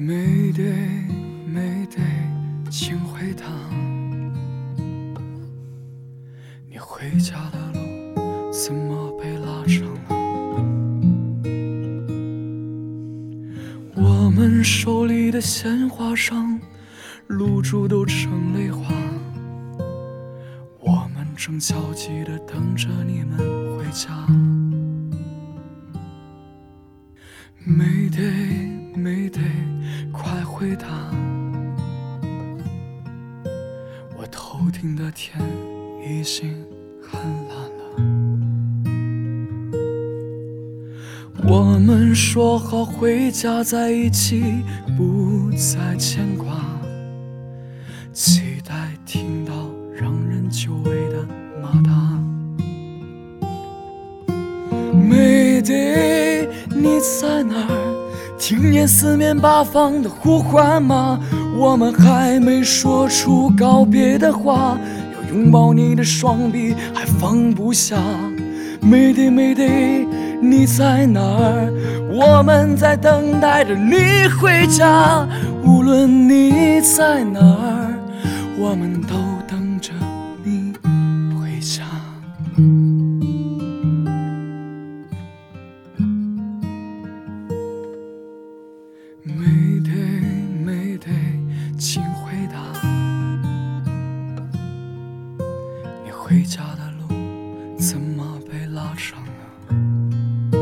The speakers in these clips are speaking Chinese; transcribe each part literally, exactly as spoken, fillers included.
Mayday Mayday， 请回答，你回家的路怎么被拉长了？我们手里的鲜花上，露珠都成泪花，我们正焦急地等着你们回家。Mayday Mayday， 快回答，我头顶的天已经很蓝了。我们说好回家在一起，不再牵挂，期待听到让人久违的马达。Mayday， 你在哪儿？听见四面八方的呼唤吗？我们还没说出告别的话，要拥抱你的双臂还放不下。Mayday Mayday， 你在哪儿？我们在等待着你回家。无论你在哪儿，我们都等着你回家。Mayday Mayday， 请回答，你回家的路怎么被拉长了？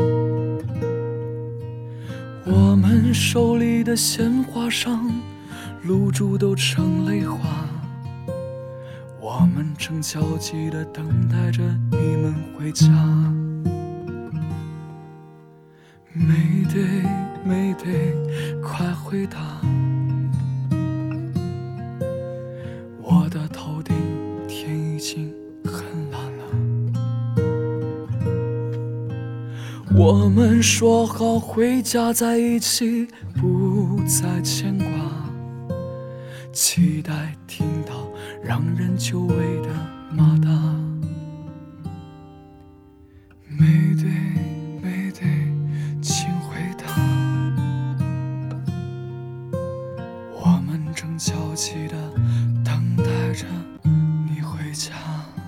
我们手里的鲜花上，露珠都成泪花，我们正焦急地等待着你们回家。Mayday Mayday， 快回答，我的头顶天已经很蓝了。我们说好回家在一起，不再牵挂，期待听到让人久违的马达。Mayday Mayday， 请回答，我们正焦急地等待着你回家。